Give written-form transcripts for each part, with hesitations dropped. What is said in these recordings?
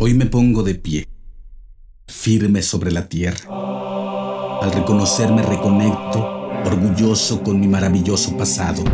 Hoy me pongo de pie, firme sobre la tierra. Al reconocerme reconecto, orgulloso con mi maravilloso pasado.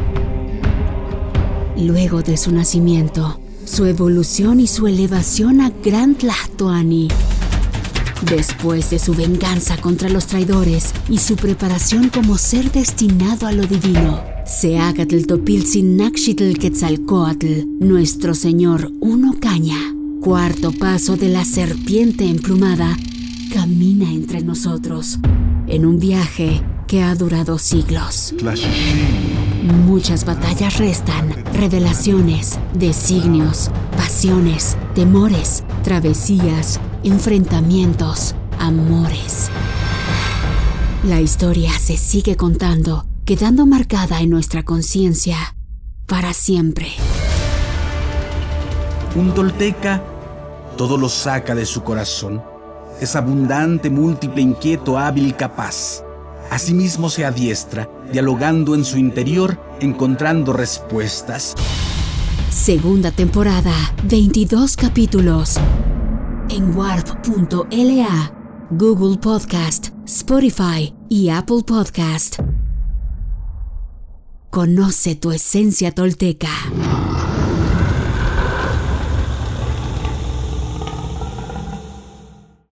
Luego de su nacimiento, su evolución y su elevación a Gran Tlatoani. Después de su venganza contra los traidores y su preparación como ser destinado a lo divino, Seacatl Topiltzin Naxitl Quetzalcóatl, nuestro Señor Uno Caña, cuarto paso de la serpiente emplumada, camina entre nosotros en un viaje que ha durado siglos. Muchas batallas restan, revelaciones, designios, pasiones, temores, travesías, enfrentamientos, amores. La historia se sigue contando, quedando marcada en nuestra conciencia para siempre. Un tolteca todo lo saca de su corazón. Es abundante, múltiple, inquieto, hábil, capaz. Asimismo se adiestra, dialogando en su interior, encontrando respuestas. Segunda temporada, 22 capítulos. En warp.la, Google Podcast, Spotify y Apple Podcast. Conoce tu esencia tolteca.